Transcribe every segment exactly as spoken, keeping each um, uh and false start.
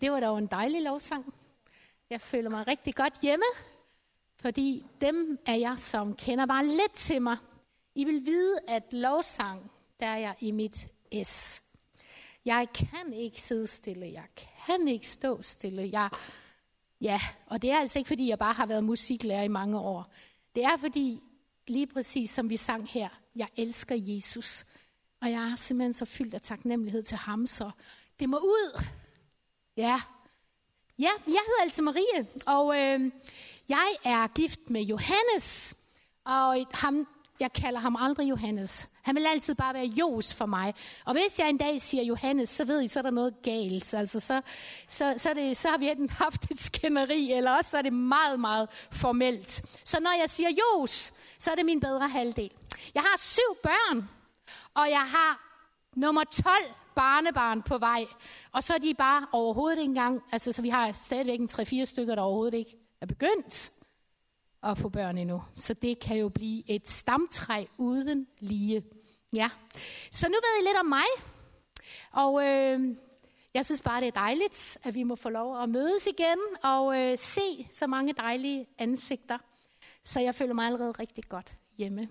Det var da en dejlig lovsang. Jeg føler mig rigtig godt hjemme, fordi dem af jer, som kender bare lidt til mig, I vil vide, at lovsang, der er jeg i mit S. Jeg kan ikke sidde stille, jeg kan ikke stå stille. Jeg, ja, og det er altså ikke, fordi jeg bare har været musiklærer i mange år. Det er fordi, lige præcis som vi sang her, jeg elsker Jesus. Og jeg er simpelthen så fyldt af taknemmelighed til ham, så det må ud. Ja, ja jeg hedder altså Marie, og øh, jeg er gift med Johannes, og ham, jeg kalder ham aldrig Johannes. Han vil altid bare være Jos for mig. Og hvis jeg en dag siger Johannes, så ved I, så er der noget galt. Altså, så, så, så, det, så har vi enten haft et skænderi, eller også så er det meget, meget formelt. Så når jeg siger Jos, så er det min bedre halvdel. Jeg har syv børn, og jeg har nummer tolv barnebarn på vej. Og så er de bare overhovedet ikke engang, altså så vi har stadigvæk en tre-fire stykker, der overhovedet ikke er begyndt at få børn endnu. Så det kan jo blive et stamtræ uden lige. Ja. Så nu ved I lidt om mig. Og øh, jeg synes bare, det er dejligt, at vi må få lov at mødes igen og øh, se så mange dejlige ansigter. Så jeg føler mig allerede rigtig godt hjemme.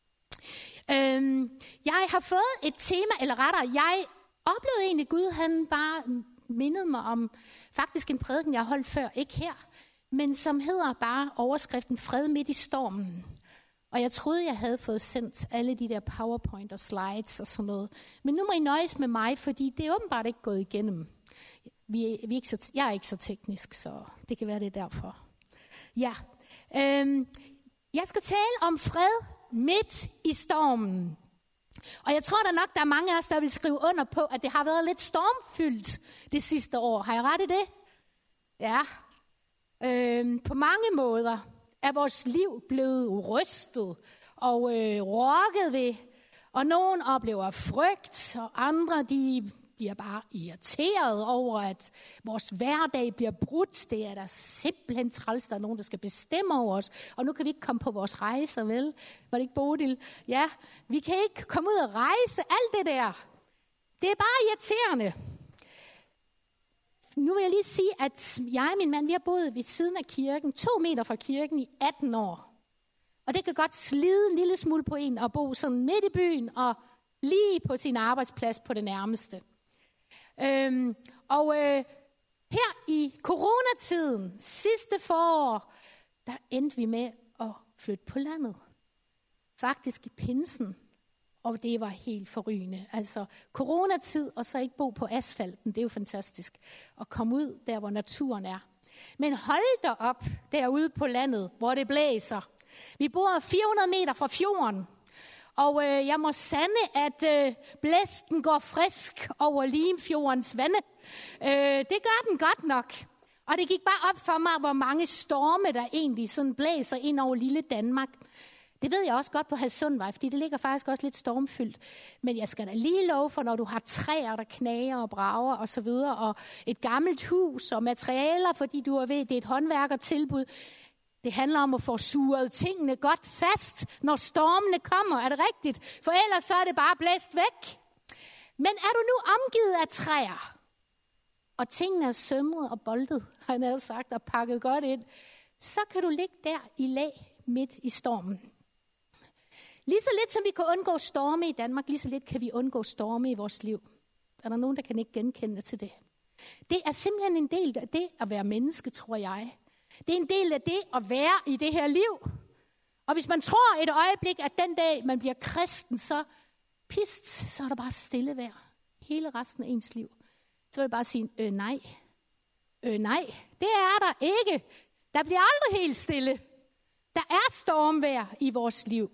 Øh, jeg har fået et tema, eller rettere, jeg oplevede egentlig, Gud han bare mindede mig om faktisk en prædiken, jeg holdt før, ikke her, men som hedder bare overskriften Fred midt i stormen. Og jeg troede, jeg havde fået sendt alle de der PowerPoint og slides og sådan noget. Men nu må I nøjes med mig, fordi det er åbenbart ikke gået igennem. Vi er, vi er ikke så, jeg er ikke så teknisk, så det kan være, det er derfor. Ja, øhm, jeg skal tale om fred midt i stormen. Og jeg tror da nok, der er mange af os, der vil skrive under på, at det har været lidt stormfyldt det sidste år. Har jeg ret i det? Ja. Øh, på mange måder er vores liv blevet rystet og øh, rokket ved. Og nogen oplever frygt, og andre de bliver bare irriteret over, at vores hverdag bliver brudt. Det er der simpelthen træls, der er nogen, der skal bestemme over os. Og nu kan vi ikke komme på vores rejser, vel? Var det ikke Bodil? Ja, vi kan ikke komme ud og rejse. Alt det der. Det er bare irriterende. Nu vil jeg lige sige, at jeg og min mand, vi har boet ved siden af kirken, to meter fra kirken i atten år. Og det kan godt slide en lille smule på en at bo sådan midt i byen og lige på sin arbejdsplads på det nærmeste. Øhm, og øh, her i coronatiden, sidste forår, der endte vi med at flytte på landet. Faktisk i pinsen. Og det var helt forrygende. Altså coronatid, og så ikke bo på asfalten, det er jo fantastisk. At komme ud der, hvor naturen er. Men hold da op derude på landet, hvor det blæser. Vi bor fire hundrede meter fra fjorden. Og øh, jeg må sande, at øh, blæsten går frisk over Limfjordens vande. Øh, det gør den godt nok. Og det gik bare op for mig, hvor mange storme, der egentlig sådan blæser ind over lille Danmark. Det ved jeg også godt på Hadsundvej, fordi det ligger faktisk også lidt stormfyldt. Men jeg skal da lige love for, når du har træer, der knager og brager og så videre, og et gammelt hus og materialer, fordi du er ved, det er et håndværkertilbud. Det handler om at få suret tingene godt fast, når stormene kommer. Er det rigtigt? For ellers så er det bare blæst væk. Men er du nu omgivet af træer, og tingene er sømret og boltet, han havde sagt, og pakket godt ind, så kan du ligge der i lag midt i stormen. Lige så lidt som vi kan undgå storme i Danmark, lige så lidt kan vi undgå storme i vores liv. Er der nogen, der kan ikke genkende til det? Det er simpelthen en del af det at være menneske, tror jeg. Det er en del af det at være i det her liv. Og hvis man tror et øjeblik, at den dag, man bliver kristen, så pist, så er der bare stille vejr. Hele resten af ens liv. Så vil jeg bare sige, øh nej. Øh nej, det er der ikke. Der bliver aldrig helt stille. Der er stormvejr i vores liv.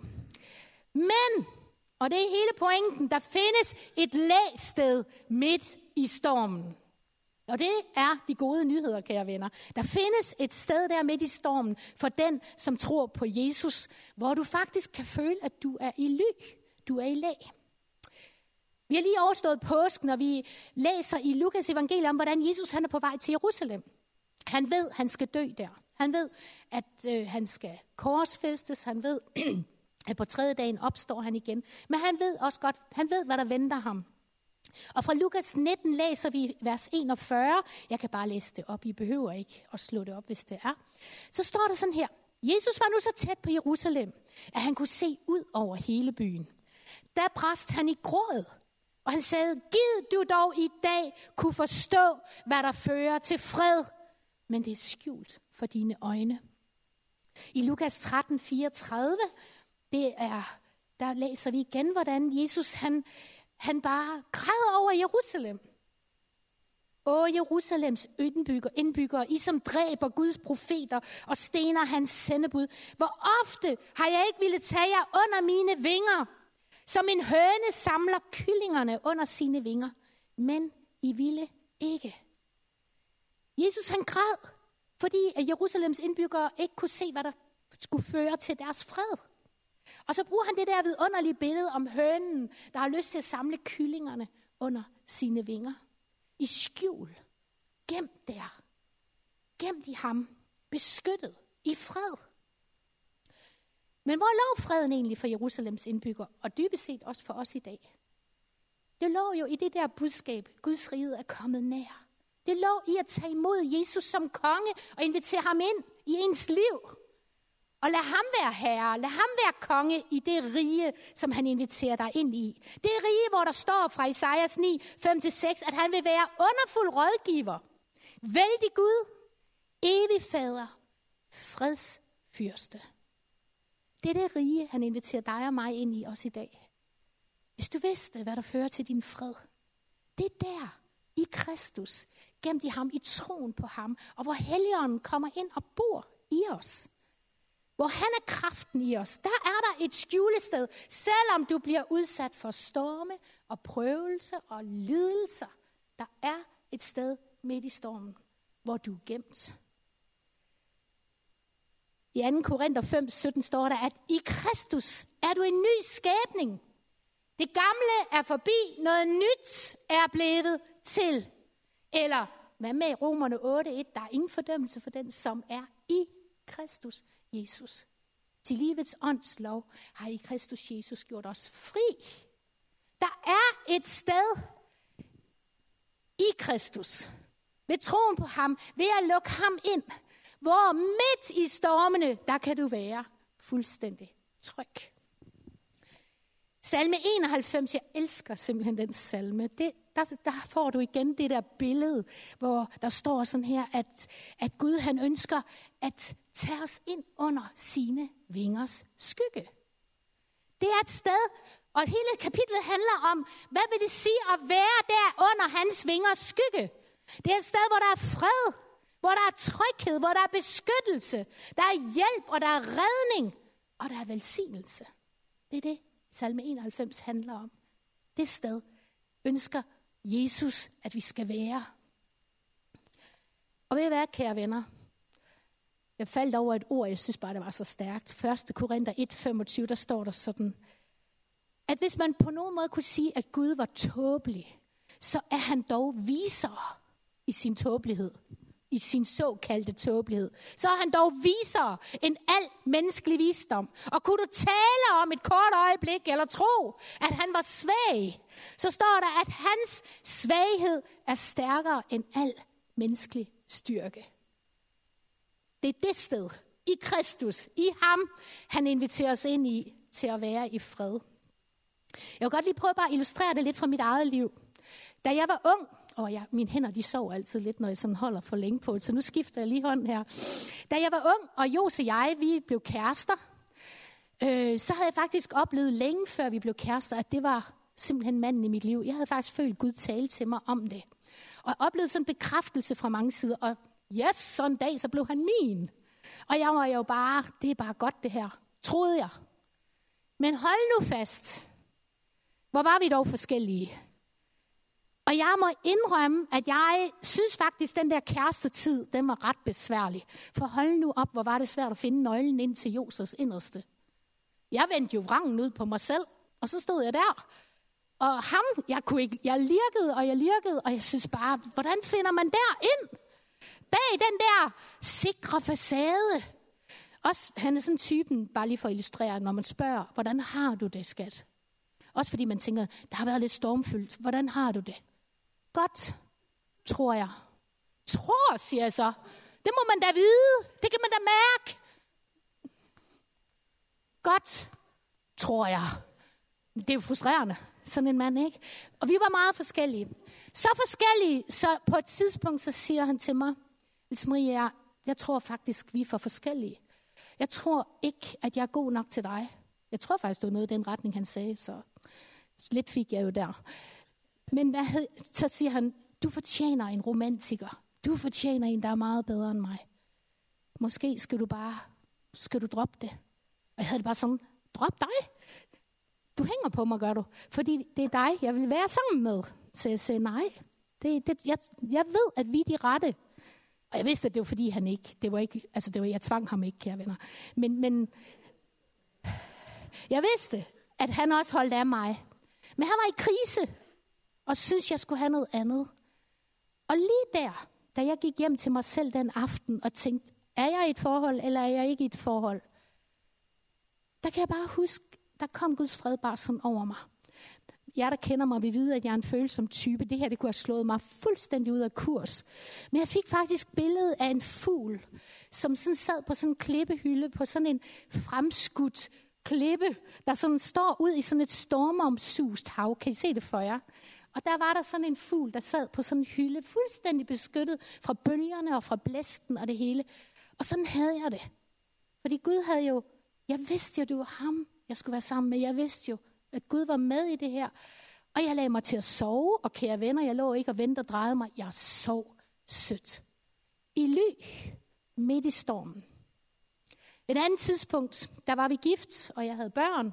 Men, og det er hele pointen, der findes et læsted midt i stormen. Og det er de gode nyheder, kære venner. Der findes et sted der midt i stormen for den, som tror på Jesus, hvor du faktisk kan føle, at du er i ly. Du er i lag. Vi har lige overstået påsken, og vi læser i Lukas evangelium om, hvordan Jesus han er på vej til Jerusalem. Han ved, at han skal dø der. Han ved, at øh, han skal korsfæstes. Han ved, at på tredje dagen opstår han igen. Men han ved også godt, han ved, hvad der venter ham. Og fra Lukas nitten læser vi vers enogfyrre. Jeg kan bare læse det op, I behøver ikke at slå det op, hvis det er. Så står der sådan her. Jesus var nu så tæt på Jerusalem, at han kunne se ud over hele byen. Der brast han i gråd, og han sagde, gid du dog i dag kunne forstå, hvad der fører til fred. Men det er skjult for dine øjne. I Lukas tretten fireogtredive, det er, der læser vi igen, hvordan Jesus han, han bare græder over Jerusalem. Åh, Jerusalems indbygger, indbyggere, I som dræber Guds profeter og stener hans sendebud. Hvor ofte har jeg ikke ville tage jer under mine vinger, som en høne samler kyllingerne under sine vinger. Men I ville ikke. Jesus han græd, fordi at Jerusalems indbyggere ikke kunne se, hvad der skulle føre til deres fred. Og så bruger han det der vidunderlige billede om hønen, der har lyst til at samle kyllingerne under sine vinger. I skjul, gemt der, gemt i ham, beskyttet, i fred. Men hvor lå freden egentlig for Jerusalems indbyggere, og dybest set også for os i dag? Det lå jo i det der budskab, Guds rige er kommet nær. Det lå i at tage imod Jesus som konge og invitere ham ind i ens liv. Og lad ham være herre, lad ham være konge i det rige, som han inviterer dig ind i. Det rige, hvor der står fra Esajas ni, fem til seks, at han vil være underfuld rådgiver, vældig Gud, evig fader, fredsfyrste. Det er det rige, han inviterer dig og mig ind i også i dag. Hvis du vidste, hvad der fører til din fred, det er der i Kristus, gemt i ham, i troen på ham, og hvor Helligånden kommer ind og bor i os. Hvor han er kraften i os, der er der et skjulested, selvom du bliver udsat for storme og prøvelser og lidelser. Der er et sted midt i stormen, hvor du er gemt. I anden Korinther fem sytten står der, at i Kristus er du en ny skabning. Det gamle er forbi, noget nyt er blevet til. Eller hvad med Romerne otte et, der er ingen fordømmelse for den, som er i Kristus Jesus. Til livets ånds lov har i Kristus Jesus gjort os fri. Der er et sted i Kristus, ved troen på ham, ved at lukke ham ind, hvor midt i stormene, der kan du være fuldstændig tryg. Salme enoghalvfems, jeg elsker simpelthen den salme. Det, der, der får du igen det der billede, hvor der står sådan her, at, at Gud han ønsker at tage os ind under sine vingers skygge. Det er et sted, og hele kapitlet handler om, hvad vil det sige at være der under hans vingers skygge? Det er et sted, hvor der er fred, hvor der er tryghed, hvor der er beskyttelse, der er hjælp, og der er redning, og der er velsignelse. Det er det, salme enoghalvfems handler om. Det sted ønsker Jesus, at vi skal være. Og ved I hvad, kære venner? Jeg faldt over et ord, jeg synes bare, det var så stærkt. første Korinther et femogtyve, der står der sådan, at hvis man på nogen måde kunne sige, at Gud var tåbelig, så er han dog visere i sin tåbelighed. I sin såkaldte tåbelighed. Så er han dog visere end al menneskelig visdom. Og kunne du tale om et kort øjeblik, eller tro, at han var svag, så står der, at hans svaghed er stærkere end al menneskelig styrke. Det er det sted, i Kristus, i ham, han inviterer os ind i, til at være i fred. Jeg vil godt lige prøve bare at illustrere det lidt fra mit eget liv. Da jeg var ung, og jeg, mine hænder de sover altid lidt, når jeg sådan holder for længe på, så nu skifter jeg lige hånden her. Da jeg var ung, og Jos og jeg, vi blev kærester, øh, så havde jeg faktisk oplevet længe før vi blev kærester, at det var simpelthen manden i mit liv. Jeg havde faktisk følt Gud tale til mig om det. Og jeg oplevede sådan en bekræftelse fra mange sider, og yes, sådan en dag, så blev han min. Og jeg var jo bare, det er bare godt det her, troede jeg. Men hold nu fast, hvor var vi dog forskellige? Og jeg må indrømme, at jeg synes faktisk, at den der kærestetid, den var ret besværlig. For hold nu op, hvor var det svært at finde nøglen ind til Josers inderste. Jeg vendte jo vrangen ud på mig selv, og så stod jeg der. Og ham, jeg, kunne ikke, jeg lirkede, og jeg lirkede, og jeg synes bare, hvordan finder man der ind? Bag den der sikre facade. Også, han er sådan typen, bare lige for at illustrere, når man spørger, hvordan har du det, skat? Også fordi man tænker, der har været lidt stormfyldt. Hvordan har du det? Godt, tror jeg. Tror, siger jeg så. Det må man da vide. Det kan man da mærke. Godt, tror jeg. Det er jo frustrerende, sådan en mand, ikke? Og vi var meget forskellige. Så forskellige, så på et tidspunkt, så siger han til mig, Else Marie, jeg, jeg tror faktisk, vi er for forskellige. Jeg tror ikke, at jeg er god nok til dig. Jeg tror faktisk, det var noget i den retning, han sagde, så lidt fik jeg jo der. Men hvad hed, så siger han, du fortjener en romantiker. Du fortjener en, der er meget bedre end mig. Måske skal du bare, skal du droppe det. Og jeg havde det bare sådan, drop dig. Du hænger på mig, gør du. Fordi det er dig, jeg vil være sammen med. Så jeg sagde, nej. Det, det, jeg, jeg ved, at vi er de rette. Og jeg vidste, at det var fordi han ikke. Det var ikke, altså det var, jeg tvang ham ikke, kære venner. Men, men jeg vidste, at han også holdt af mig. Men han var i krise. Og syntes, jeg skulle have noget andet. Og lige der, da jeg gik hjem til mig selv den aften, og tænkte, er jeg i et forhold, eller er jeg ikke i et forhold? Der kan jeg bare huske, der kom Guds fred bare sådan over mig. Jeg, der kender mig, vil vide, at jeg er en følsom type. Det her, det kunne have slået mig fuldstændig ud af kurs. Men jeg fik faktisk billedet af en fugl, som sådan sad på sådan en klippehylde, på sådan en fremskudt klippe, der sådan står ud i sådan et stormomsust hav. Kan I se det for jer? Og der var der sådan en fugl, der sad på sådan en hylde, fuldstændig beskyttet fra bølgerne og fra blæsten og det hele. Og sådan havde jeg det. Fordi Gud havde jo, jeg vidste jo, det var ham, jeg skulle være sammen med. Jeg vidste jo, at Gud var med i det her. Og jeg lagde mig til at sove, og kære venner, jeg lå ikke og ventede og drejede mig. Jeg sov sødt. I ly, midt i stormen. Et andet tidspunkt, der var vi gift, og jeg havde børn.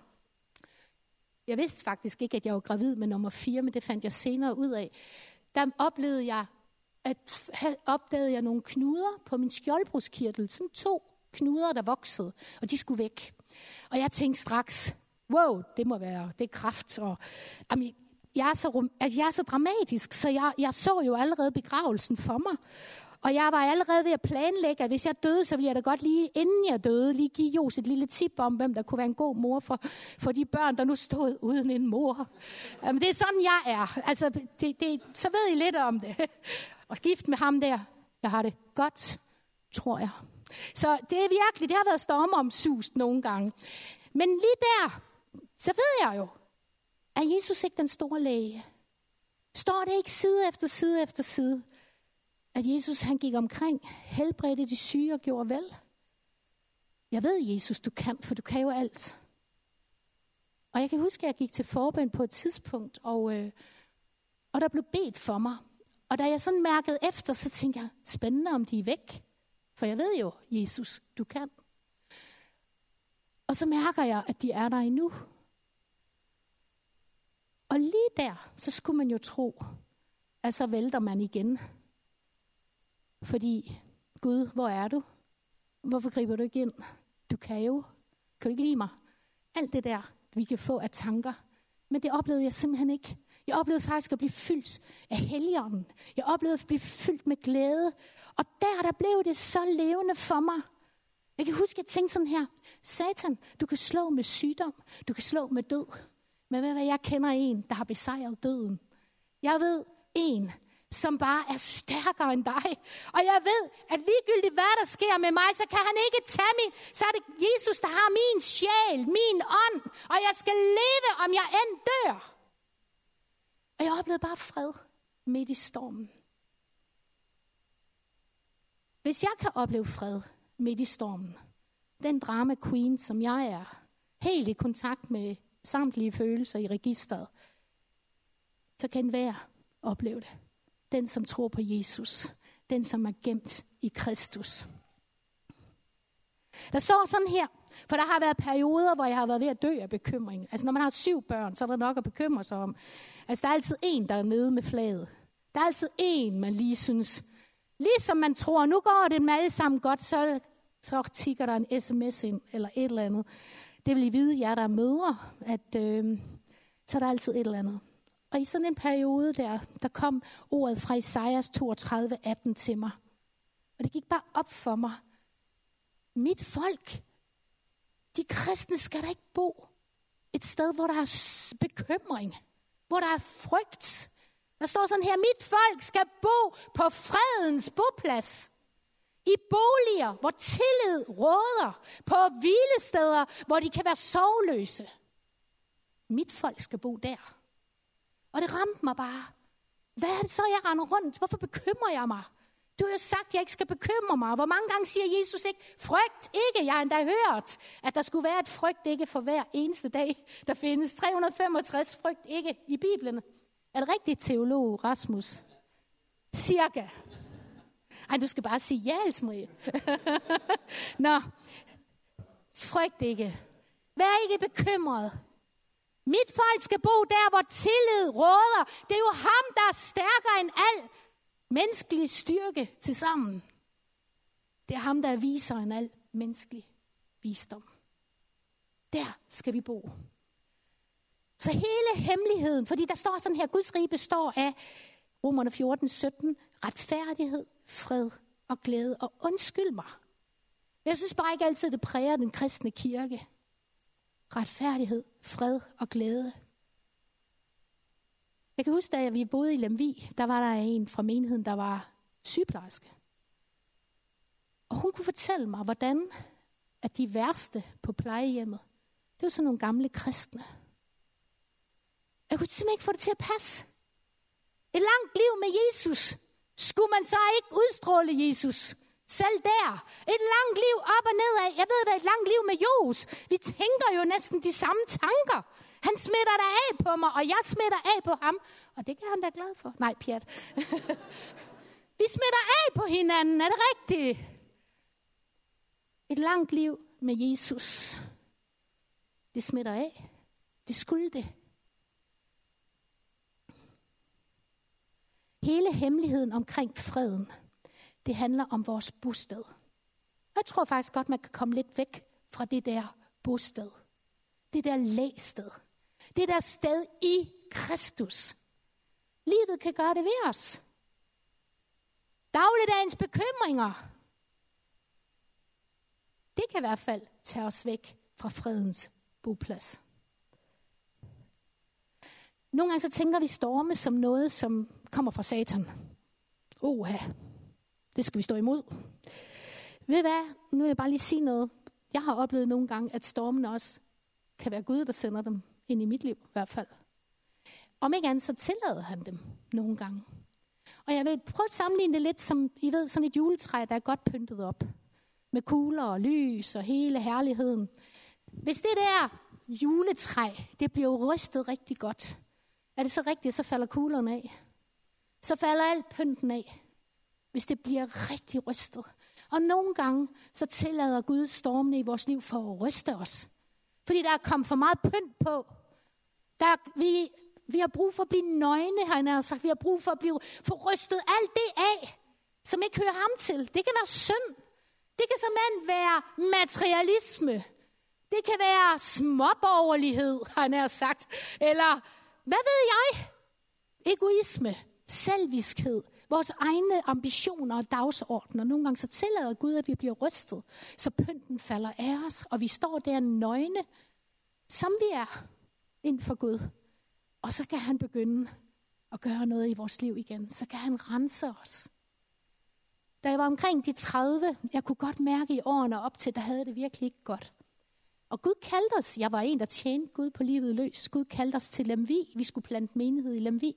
Jeg vidste faktisk ikke, at jeg var gravid med nummer fire, men det fandt jeg senere ud af. Der oplevede jeg, at opdagede jeg nogle knuder på min skjoldbruskkirtel. Sådan to knuder, der voksede, og de skulle væk. Og jeg tænkte straks, wow, det må være, det er kræft. Og, jamen, jeg, er så, altså, jeg er så dramatisk, så jeg, jeg så jo allerede begravelsen for mig. Og jeg var allerede ved at planlægge, at hvis jeg døde, så ville jeg da godt lige, inden jeg døde, lige give Jos et lille tip om, hvem der kunne være en god mor for, for de børn, der nu stod uden en mor. Jamen, det er sådan, jeg er. Altså, det, det, så ved I lidt om det. Og gift med ham der, jeg har det godt, tror jeg. Så det er virkelig, det har været stormomsust nogle gange. Men lige der, så ved jeg jo, er Jesus ikke den store læge? Står det ikke side efter side efter side, at Jesus han gik omkring, helbredte de syge og gjorde vel? Jeg ved, Jesus, du kan, for du kan jo alt. Og jeg kan huske, at jeg gik til forbøn på et tidspunkt, og, øh, og der blev bedt for mig. Og da jeg sådan mærkede efter, så tænkte jeg, spændende om de er væk. For jeg ved jo, Jesus, du kan. Og så mærker jeg, at de er der endnu. Og lige der, så skulle man jo tro, at så vælter man igen. Fordi, Gud, hvor er du? Hvorfor griber du ikke ind? Du kan jo. Kan du ikke lide mig? Alt det der, vi kan få af tanker. Men det oplevede jeg simpelthen ikke. Jeg oplevede faktisk at blive fyldt af Helligånden. Jeg oplevede at blive fyldt med glæde. Og der, der blev det så levende for mig. Jeg kan huske, at jeg tænkte sådan her. Satan, du kan slå med sygdom. Du kan slå med død. Men ved hvad, jeg kender en, der har besejret døden. Jeg ved en, som bare er stærkere end dig. Og jeg ved, at ligegyldigt hvad der sker med mig, så kan han ikke tage min. Så er det Jesus, der har min sjæl, min ånd. Og jeg skal leve, om jeg end dør. Og jeg oplevede bare fred midt i stormen. Hvis jeg kan opleve fred midt i stormen, den drama queen, som jeg er, helt i kontakt med samtlige følelser i registret, så kan enhver opleve det. Den, som tror på Jesus. Den, som er gemt i Kristus. Der står sådan her, for der har været perioder, hvor jeg har været ved at dø af bekymring. Altså når man har syv børn, så er der nok at bekymre sig om. Altså der er altid en, der er nede med flaget. Der er altid en, man lige synes, ligesom man tror, nu går det med alle sammen godt, så, så tikker der en sms ind, eller et eller andet. Det vil I vide, jer der er mødre, at øh, så er der altid et eller andet. Og i sådan en periode der, der kom ordet fra Esajas toogtredive atten til mig. Og det gik bare op for mig. Mit folk, de kristne skal da ikke bo et sted, hvor der er bekymring, hvor der er frygt. Der står sådan her, mit folk skal bo på fredens boplads. I boliger, hvor tillid råder, på hvilesteder, hvor de kan være sorgløse. Mit folk skal bo der. Og det ramte mig bare. Hvad er det så, jeg render rundt? Hvorfor bekymrer jeg mig? Du har jo sagt, at jeg ikke skal bekymre mig. Hvor mange gange siger Jesus ikke, frygt ikke? Jeg har endda hørt, at der skulle være et frygt ikke for hver eneste dag. Der findes tre hundrede femogtres frygt ikke i Bibelen. Er det rigtigt, teolog Rasmus? Cirka. Ej, du skal bare sige ja, Elsmarie. Nå, frygt ikke. Vær ikke bekymret. Mit folk skal bo der, hvor tillid råder. Det er jo ham, der er stærkere end al menneskelig styrke til sammen. Det er ham, der er visere end al menneskelig visdom. Der skal vi bo. Så hele hemmeligheden, fordi der står sådan her, Guds rige består af Romerne fjorten sytten, retfærdighed, fred og glæde. Og undskyld mig. Jeg synes bare ikke altid, det præger den kristne kirke. Retfærdighed, fred og glæde. Jeg kan huske, da vi boede i Lemvig, der var der en fra menigheden, der var sygeplejerske. Og hun kunne fortælle mig, hvordan at de værste på plejehjemmet, det var sådan nogle gamle kristne. Jeg kunne simpelthen ikke få det til at passe. Et langt liv med Jesus. Skulle man så ikke udstråle Jesus? Selv der. Et langt liv op og nedad. Jeg ved, der er et langt liv med Jos. Vi tænker jo næsten de samme tanker. Han smitter der af på mig, og jeg smitter af på ham. Og det kan han da glad for. Nej, pjat. Vi smitter af på hinanden. Er det rigtigt? Et langt liv med Jesus. Det smitter af. Det skulle det. Hele hemmeligheden omkring freden, det handler om vores bosted. Jeg tror faktisk godt, man kan komme lidt væk fra det der bosted. Det der læsted. Det der sted i Kristus. Livet kan gøre det ved os. Dagligdagens bekymringer. Det kan i hvert fald tage os væk fra fredens boplads. Nogle gange så tænker vi storme som noget, som kommer fra Satan. Oha, det skal vi stå imod. Ved I hvad? Nu vil jeg bare lige sige noget. Jeg har oplevet nogle gange, at stormene også kan være Gud, der sender dem ind i mit liv i hvert fald. Om ikke andet, så tillader han dem nogle gange. Og jeg vil prøve at sammenligne det lidt som, I ved, sådan et juletræ, der er godt pyntet op. Med kugler og lys og hele herligheden. Hvis det der juletræ, det bliver rystet rigtig godt, er det så rigtigt, så falder kuglerne af. Så falder alt pynten af, hvis det bliver rigtig rystet. Og nogle gange, så tillader Gud stormene i vores liv for at ryste os. Fordi der er kommet for meget pynt på. Der er, vi, vi har brug for at blive nøgne, han har sagt. Vi har brug for at blive for rystet alt det af, som ikke hører ham til. Det kan være synd. Det kan simpelthen være materialisme. Det kan være småborgerlighed, han har sagt. Eller, hvad ved jeg? Egoisme, selviskhed, vores egne ambitioner og dagsordner. Nogle gange så tillader Gud, at vi bliver rystet, så pynten falder af os, og vi står der nøgne, som vi er, inden for Gud. Og så kan han begynde at gøre noget i vores liv igen. Så kan han rense os. Da jeg var omkring de tredive, jeg kunne godt mærke i årene op til, der havde det virkelig ikke godt. Og Gud kaldte os, jeg var en, der tjente Gud på livet løs. Gud kaldte os til Lemvig. Vi skulle plante menighed i Lemvig.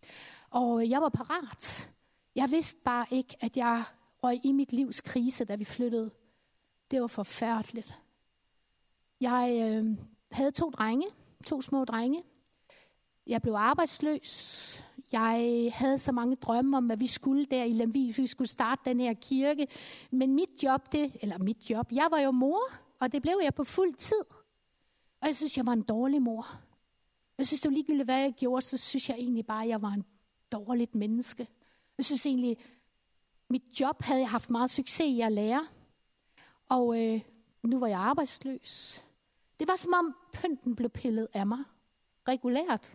Og jeg var parat. Jeg vidste bare ikke, at jeg røg i mit livs krise, da vi flyttede. Det var forfærdeligt. Jeg øh, havde to drenge, to små drenge. Jeg blev arbejdsløs. Jeg havde så mange drømme om, at vi skulle der i Lemvig, vi skulle starte den her kirke. Men mit job, det, eller mit job, jeg var jo mor, og det blev jeg på fuld tid. Og jeg synes, jeg var en dårlig mor. Jeg synes, det var ligegyldigt, hvad jeg gjorde, så synes jeg egentlig bare, at jeg var en dårligt menneske. Jeg synes egentlig, mit job havde jeg haft meget succes i at lære. Og øh, nu var jeg arbejdsløs. Det var som om pynten blev pillet af mig. Regulært.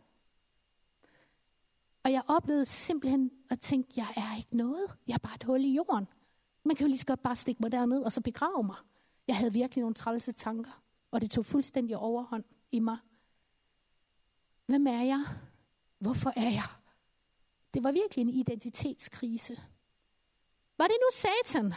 Og jeg oplevede simpelthen at tænke, jeg er ikke noget. Jeg er bare et hul i jorden. Man kan jo lige så godt bare stikke mig derned og så begrave mig. Jeg havde virkelig nogle trælse tanker. Og det tog fuldstændig overhånd i mig. Hvem er jeg? Hvorfor er jeg? Det var virkelig en identitetskrise. Var det nu Satan?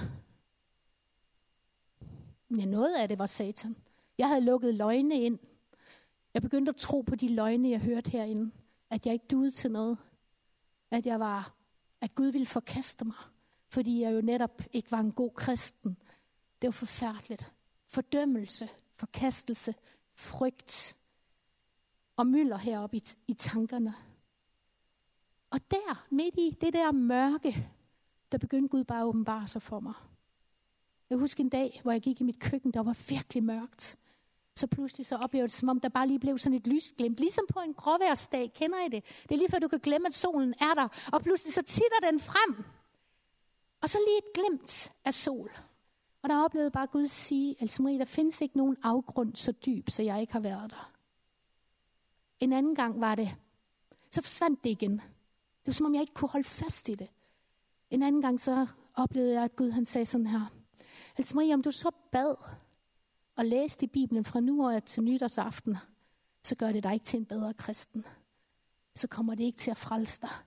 Ja, noget af det var Satan. Jeg havde lukket løgne ind. Jeg begyndte at tro på de løgne, jeg hørte herinde. At jeg ikke duede til noget. At jeg var, at Gud ville forkaste mig. Fordi jeg jo netop ikke var en god kristen. Det var forfærdeligt. Fordømmelse, forkastelse, frygt og mylder heroppe i, i tankerne. Og der, midt i det der mørke, der begyndte Gud bare at åbenbare sig for mig. Jeg husker en dag, hvor jeg gik i mit køkken, der var virkelig mørkt. Så pludselig så oplevede jeg det, som om der bare lige blev sådan et lysglimt. Ligesom på en gråvejrsdag, kender I det? Det er lige før du kan glemme, at solen er der. Og pludselig så titter den frem. Og så lige et glimt af sol. Og der oplevede bare Gud sige, Else Marie, der findes ikke nogen afgrund så dyb, så jeg ikke har været der. En anden gang var det, så forsvandt det igen. Det var som om jeg ikke kunne holde fast i det. En anden gang så oplevede jeg, at Gud han sagde sådan her, Else Marie, om du så bad og læste i Bibelen fra nu af til nytårsaften, så gør det dig ikke til en bedre kristen. Så kommer det ikke til at frelse dig.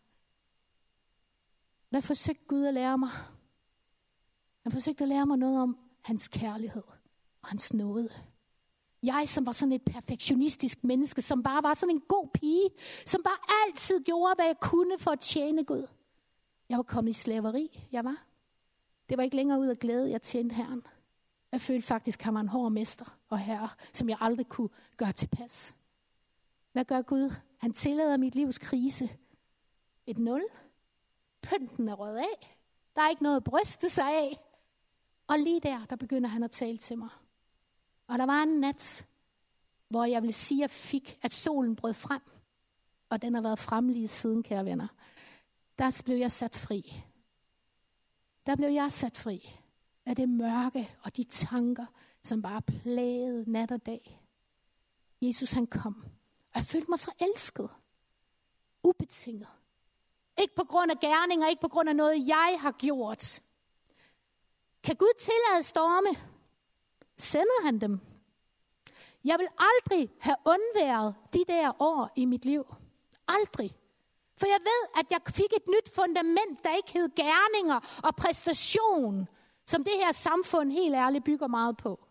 Hvad forsøgte Gud at lære mig? Han forsøgte at lære mig noget om hans kærlighed og hans nåde. Jeg, som var sådan et perfektionistisk menneske, som bare var sådan en god pige, som bare altid gjorde, hvad jeg kunne for at tjene Gud. Jeg var kommet i slaveri, jeg var. Det var ikke længere ud af glæde, jeg tjente Herren. Jeg følte faktisk, at han var en hård mester og herre, som jeg aldrig kunne gøre tilpas. Hvad gør Gud? Han tillader mit livs krise. Et nul. Pynten er røget af. Der er ikke noget at bryste sig af. Og lige der, der begynder han at tale til mig. Og der var en nat, hvor jeg vil sige, at jeg fik, at solen brød frem. Og den har været frem lige siden, kære venner. Der blev jeg sat fri. Der blev jeg sat fri af det mørke og de tanker, som bare plagede nat og dag. Jesus han kom, og jeg følte mig så elsket. Ubetinget. Ikke på grund af gerninger, ikke på grund af noget, jeg har gjort. Kan Gud tillade storme? Sender han dem? Jeg vil aldrig have undværet de der år i mit liv. Aldrig. For jeg ved, at jeg fik et nyt fundament, der ikke hed gerninger og præstation, som det her samfund helt ærligt bygger meget på.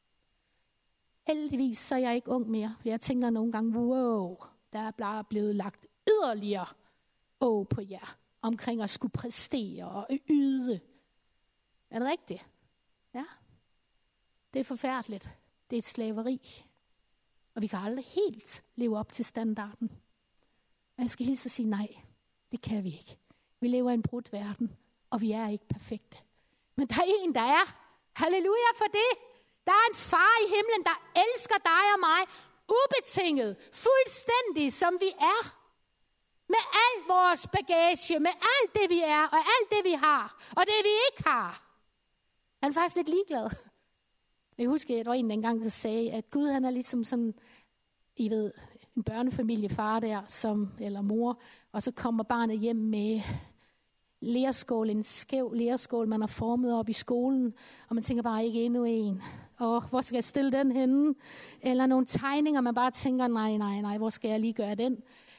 Heldigvis så er jeg ikke ung mere, for jeg tænker nogle gange, wow, der er bare blevet lagt yderligere åh på jer, omkring at skulle præstere og yde. Er det rigtigt? Ja. Det er forfærdeligt. Det er et slaveri. Og vi kan aldrig helt leve op til standarden. Og jeg skal hilse at sige nej. Det kan vi ikke. Vi lever i en brudt verden, og vi er ikke perfekte. Men der er en, der er. Halleluja for det. Der er en far i himlen, der elsker dig og mig. Ubetinget. Fuldstændig som vi er. Med al vores bagage. Med alt det vi er. Og alt det vi har. Og det vi ikke har. Han er faktisk lidt ligeglad. Jeg husker, at der var en dengang, der sagde, at Gud han er ligesom sådan, I ved, en børnefamiliefar der, som, eller mor, og så kommer barnet hjem med lerskål, en skæv lerskål, man har formet op i skolen, og man tænker bare ikke endnu en. Og hvor skal jeg stille den henne? Eller nogle tegninger, man bare tænker, nej, nej, nej, hvor skal jeg lige gøre den?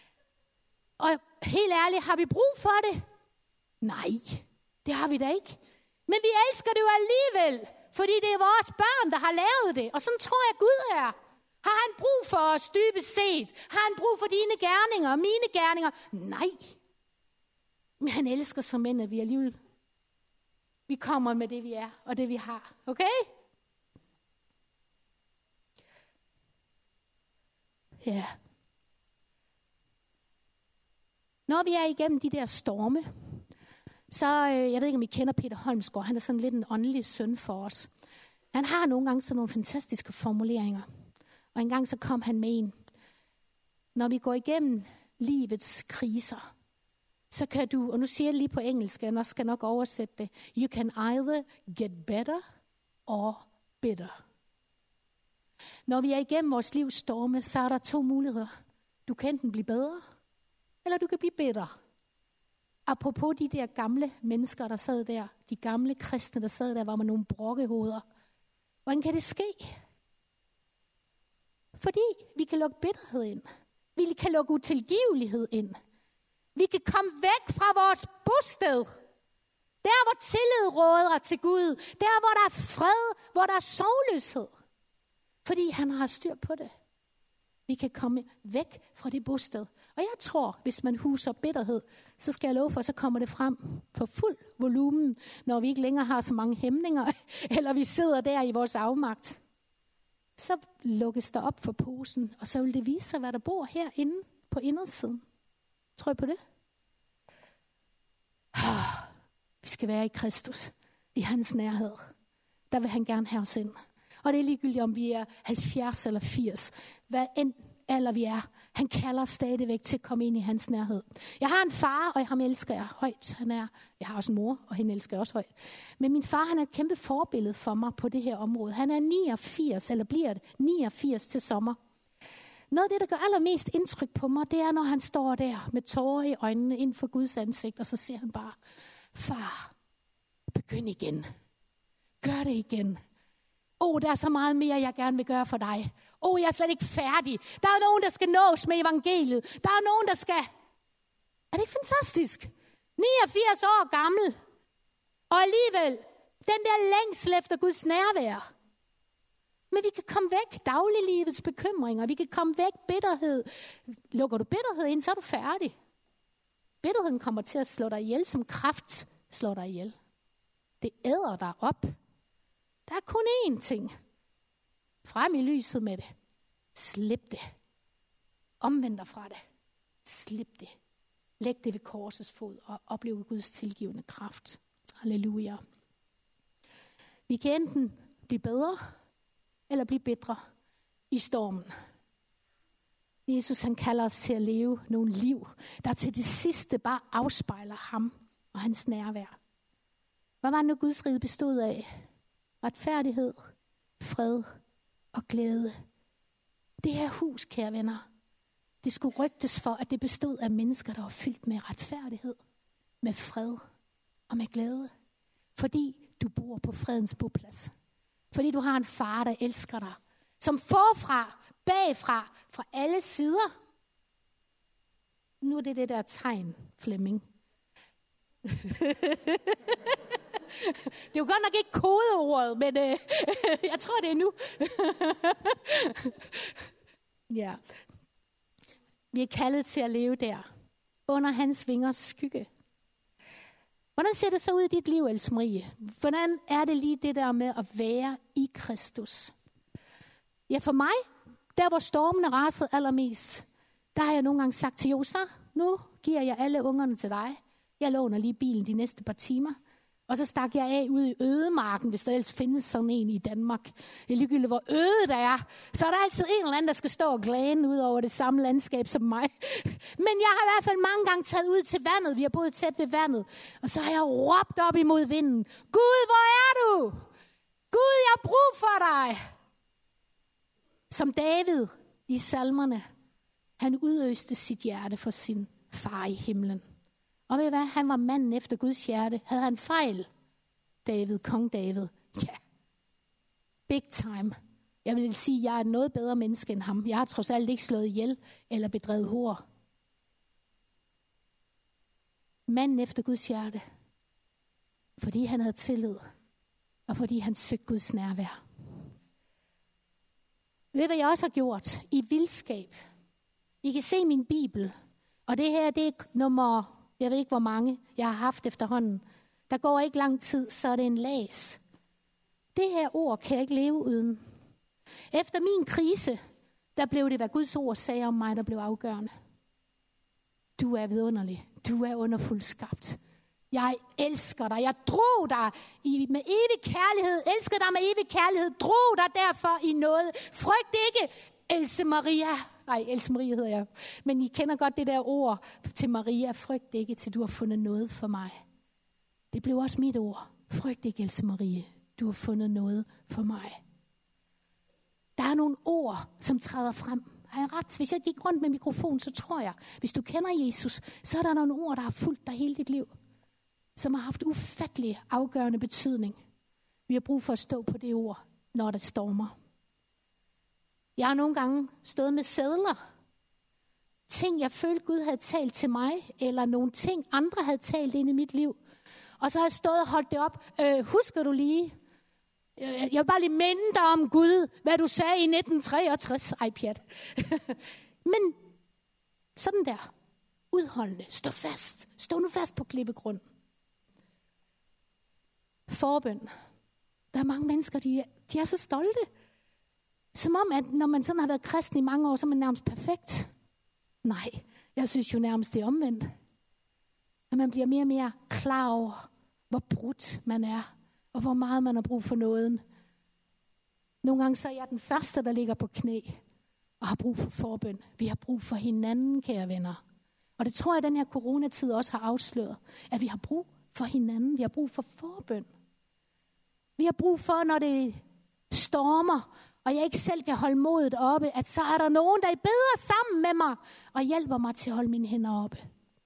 Og helt ærligt, har vi brug for det? Nej, det har vi da ikke. Men vi elsker det jo alligevel, fordi det er vores børn, der har lavet det. Og sådan tror jeg, Gud er. Har han brug for os dybest set? Har han brug for dine gerninger og mine gerninger? Nej. Men han elsker som mænd, at vi alligevel vi kommer med det, vi er og det, vi har. Okay? Ja. Når vi er igennem de der storme, så, øh, jeg ved ikke, om I kender Peter Holmsgaard, han er sådan lidt en åndelig søn for os. Han har nogle gange sådan nogle fantastiske formuleringer. Og en gang så kom han med en. Når vi går igennem livets kriser, så kan du, og nu siger jeg lige på engelsk, jeg skal nok oversætte det, you can either get better or bitter. Når vi er igennem vores livs storme, så er der to muligheder. Du kan enten blive bedre, eller du kan blive bitter. Apropos de der gamle mennesker, der sad der, de gamle kristne, der sad der, var med nogle brokkehoveder. Hvordan kan det ske? Fordi vi kan lukke bitterhed ind. Vi kan lukke utilgivelighed ind. Vi kan komme væk fra vores bosted. Der, hvor tillid råder til Gud. Der, hvor der er fred, hvor der er sorgløshed. Fordi han har styr på det. Vi kan komme væk fra det bosted. Og jeg tror, hvis man huser bitterhed, så skal jeg love for, så kommer det frem på fuld volumen, når vi ikke længere har så mange hæmninger, eller vi sidder der i vores afmagt. Så lukkes der op for posen, og så vil det vise sig, hvad der bor herinde på indersiden. Tror I på det? Vi skal være i Kristus, i hans nærhed. Der vil han gerne have os ind. Og det er ligegyldigt, om vi er halvfjerds eller firs. Hvad end alder vi er. Han kalder stadigvæk til at komme ind i hans nærhed. Jeg har en far, og ham elsker jeg højt. Han er, jeg har også en mor, og hende elsker jeg også højt. Men min far, han er et kæmpe forbillede for mig på det her område. Han er niogfirs, eller bliver det, niogfirs til sommer. Noget af det, der gør allermest indtryk på mig, det er, når han står der med tårer i øjnene ind for Guds ansigt, og så siger han bare, far, begynd igen. Gør det igen. Åh, oh, der er så meget mere, jeg gerne vil gøre for dig. Åh, oh, jeg er slet ikke færdig. Der er nogen, der skal nås med evangeliet. Der er nogen, der skal... Er det ikke fantastisk? niogfirs år gammel. Og alligevel, den der længsel efter Guds nærvær. Men vi kan komme væk. Dagliglivets bekymringer. Vi kan komme væk. Bitterhed. Lukker du bitterhed ind, så er du færdig. Bitterheden kommer til at slå dig ihjel, som kræft slår dig ihjel. Det æder dig op. Der er kun én ting. Frem i lyset med det. Slip det. Omvend dig fra det. Slip det. Læg det ved korsets fod og oplev Guds tilgivende kraft. Halleluja. Vi kan enten blive bedre, eller blive bedre i stormen. Jesus, han kalder os til at leve nogle liv, der til det sidste bare afspejler ham og hans nærvær. Hvad var det nu Guds rige bestod af? Retfærdighed, fred og glæde. Det her hus, kære venner, det skulle rygtes for, at det bestod af mennesker, der var fyldt med retfærdighed, med fred og med glæde. Fordi du bor på fredens boplads. Fordi du har en far, der elsker dig. Som forfra, bagfra, fra alle sider. Nu er det det der tegn, Flemming. Det er jo godt nok ikke kodeordet, men øh, jeg tror, det er nu. Ja. Vi er kaldet til at leve der, under hans vingers skygge. Hvordan ser det så ud i dit liv, Else Marie? Hvordan er det lige det der med at være i Kristus? Ja, for mig, der hvor stormene rasede allermest, der har jeg nogle gange sagt til Josa, nu giver jeg alle ungerne til dig. Jeg låner lige bilen de næste par timer. Og så stak jeg af ude i ødemarken, hvis der ellers findes sådan en i Danmark. Det er ligegyldigt, hvor øde der er. Så er der altid en eller anden, der skal stå og glæne ud over det samme landskab som mig. Men jeg har i hvert fald mange gange taget ud til vandet. Vi har boet tæt ved vandet. Og så har jeg råbt op imod vinden. Gud, hvor er du? Gud, jeg har brug for dig. Som David i salmerne. Han udøste sit hjerte for sin far i himlen. Og ved I hvad? Han var manden efter Guds hjerte. Havde han fejl? David, kong David. Ja. Yeah. Big time. Jeg vil sige, at jeg er noget bedre menneske end ham. Jeg har trods alt ikke slået ihjel eller bedrevet hår. Manden efter Guds hjerte. Fordi han havde tillid. Og fordi han søgte Guds nærvær. Ved I hvad jeg også har gjort? I vildskab. I kan se min bibel. Og det her, det er nummer... Jeg ved ikke, hvor mange jeg har haft efterhånden. Der går ikke lang tid, så er det en læs. Det her ord kan jeg ikke leve uden. Efter min krise, der blev det, hvad Guds ord sagde om mig, der blev afgørende. Du er vidunderlig. Du er underfuldt skabt. Jeg elsker dig. Jeg drog dig i, med evig kærlighed. Elsker dig med evig kærlighed. Drog dig derfor i noget. Frygt ikke, Else Maria. Nej, Else Maria hedder jeg. Men I kender godt det der ord til Maria. Frygt ikke, til du har fundet noget for mig. Det blev også mit ord. Frygt ikke, Else Maria. Du har fundet noget for mig. Der er nogle ord, som træder frem. Har jeg ret? Hvis jeg gik rundt med mikrofon, så tror jeg, hvis du kender Jesus, så er der nogle ord, der har fulgt dig hele dit liv. Som har haft ufattelig afgørende betydning. Vi har brug for at stå på det ord, når det stormer. Jeg har nogle gange stået med sedler ting, jeg følte Gud havde talt til mig, eller nogle ting, andre havde talt ind i mit liv. Og så har jeg stået og holdt det op. Øh, husker du lige? Jeg vil bare lige minde dig om Gud, hvad du sagde i nitten treogtres. Ej, pjat. Men sådan der. Udholdende. Stå fast. Stå nu fast på klippegrund. Forbøn. Der er mange mennesker, de, de er så stolte. Som om, at når man sådan har været kristen i mange år, så er man nærmest perfekt. Nej, jeg synes jo nærmest det er omvendt. At man bliver mere og mere klar over, hvor brudt man er, og hvor meget man har brug for nåden. Nogle gange så er jeg den første, der ligger på knæ, og har brug for forbøn. Vi har brug for hinanden, kære venner. Og det tror jeg, at den her coronatid også har afsløret, at vi har brug for hinanden. Vi har brug for forbøn. Vi har brug for, når det stormer, og jeg ikke selv kan holde modet oppe, at så er der nogen, der beder sammen med mig, og hjælper mig til at holde mine hænder oppe.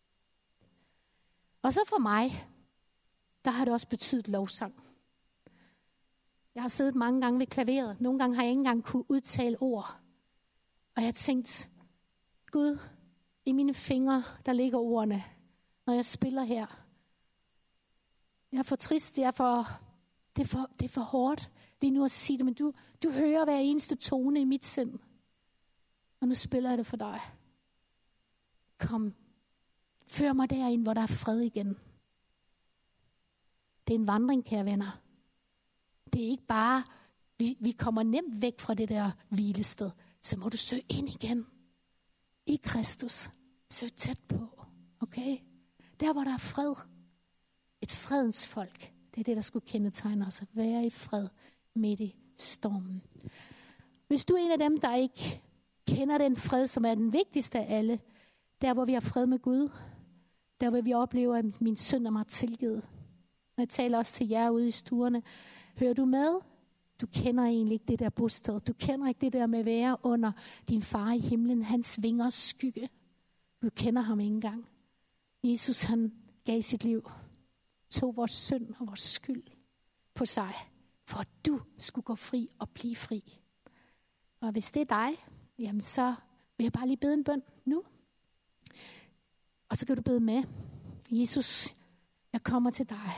Og så for mig, der har det også betydet lovsang. Jeg har siddet mange gange ved klaveret. Nogle gange har jeg ikke engang kunne udtale ord. Og jeg har tænkt, Gud, i mine fingre, der ligger ordene, når jeg spiller her. Jeg er for trist, jeg er for, det, er for, det er for hårdt lige nu at sige det, men du, du hører hver eneste tone i mit sind. Og nu spiller jeg det for dig. Kom, før mig derind, hvor der er fred igen. Det er en vandring, kære venner. Det er ikke bare, vi, vi kommer nemt væk fra det der hvilested. Så må du søge ind igen. I Kristus. Søg tæt på. Okay? Der, hvor der er fred. Et fredens folk. Det er det, der skulle kendetegne os. At være i fred midt i stormen. Hvis du er en af dem, der ikke kender den fred, som er den vigtigste af alle. Der, hvor vi har fred med Gud. Der, hvor vi oplever, at min synd er mig tilgivet. Og jeg taler også til jer ude i stuerne. Hører du med? Du kender egentlig ikke det der bosted. Du kender ikke det der med at være under din far i himlen. Hans vingers skygge. Du kender ham ikke engang. Jesus, han gav sit liv. Tog vores synd og vores skyld på sig. For at du skulle gå fri og blive fri. Og hvis det er dig, jamen så vil jeg bare lige bede en bøn nu. Og så kan du bede med. Jesus, jeg kommer til dig.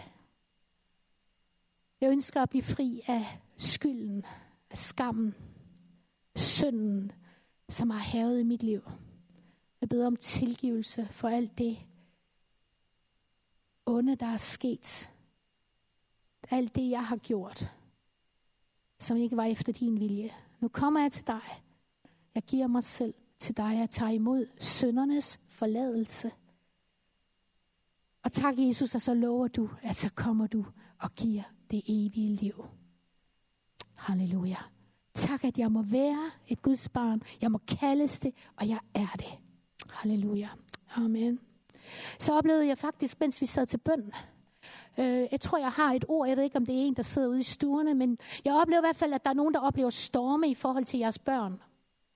Jeg ønsker at blive fri af skylden, af skammen, synden, som har hærget i mit liv. Jeg beder om tilgivelse for alt det onde, der er sket. Alt det, jeg har gjort, som ikke var efter din vilje. Nu kommer jeg til dig. Jeg giver mig selv til dig. Jeg tager imod syndernes forladelse. Og tak, Jesus, og så lover du, at så kommer du og giver det evige liv. Halleluja. Tak, at jeg må være et Guds barn. Jeg må kaldes det, og jeg er det. Halleluja. Amen. Så oplevede jeg faktisk, mens vi sad til bøn. Øh, jeg tror, jeg har et ord. Jeg ved ikke, om det er en, der sidder ude i stuerne. Men jeg oplever i hvert fald, at der er nogen, der oplever storme i forhold til jeres børn.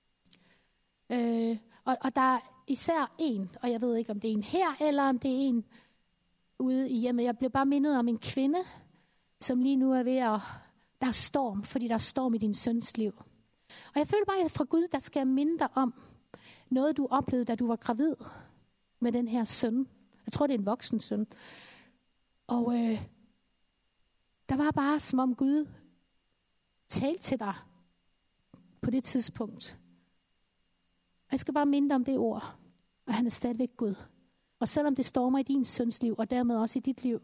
Øh, og, og der er især en, og jeg ved ikke, om det er en her, eller om det er en ude i hjemmet. Jeg blev bare mindet om en kvinde, som lige nu er ved at... Der er storm, fordi der er storm i din søns liv. Og jeg føler bare, at fra Gud, der skal jeg minde dig om noget, du oplevede, da du var gravid med den her søn. Jeg tror, det er en voksen søn. Og øh, der var bare, som om Gud talte til dig på det tidspunkt. Og jeg skal bare minde dig om det ord, og han er stadigvæk Gud. Og selvom det stormer i din søns liv, og dermed også i dit liv,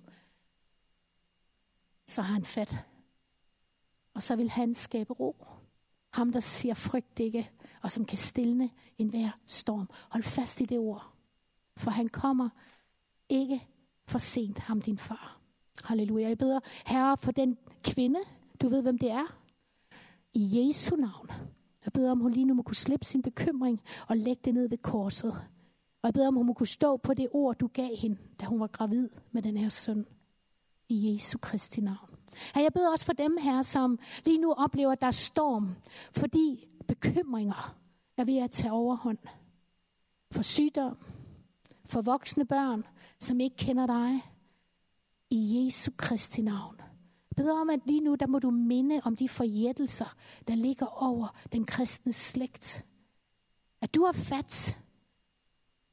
så har han fat. Og så vil han skabe ro. Ham, der siger frygt ikke, og som kan stilne enhver storm. Hold fast i det ord. For han kommer ikke for sent, ham din far. Halleluja. Jeg beder, Herre, for den kvinde, du ved, hvem det er, i Jesu navn. Jeg beder om, hun lige nu må kunne slippe sin bekymring og lægge det ned ved korset. Og jeg beder om, hun må kunne stå på det ord, du gav hende, da hun var gravid med den her søn. I Jesu Kristi navn. Herre, jeg beder også for dem her, som lige nu oplever, at der er storm, fordi bekymringer er ved at tage overhånd. For sygdom, for voksne børn, som ikke kender dig. I Jesu Kristi navn. Jeg beder om, at lige nu, der må du minde om de forjættelser, der ligger over den kristne slægt. At du har fat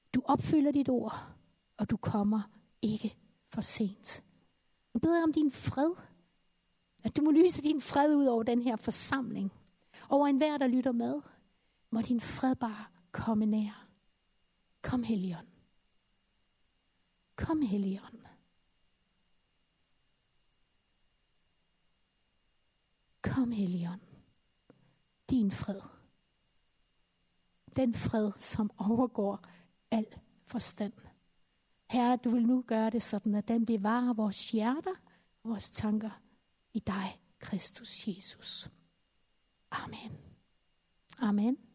Du opfylder dit ord, og du kommer ikke for sent. Nu beder jeg om din fred. At du må lyse din fred ud over den her forsamling. Over enhver, der lytter med. Må din fred bare komme nær. Kom, Helligånd. Kom, Helligånd. Kom, Helligånd. Din fred. Den fred, som overgår al forstand. Herre, du vil nu gøre det sådan, at den bevarer vores hjerter og vores tanker i dig, Kristus Jesus. Amen. Amen.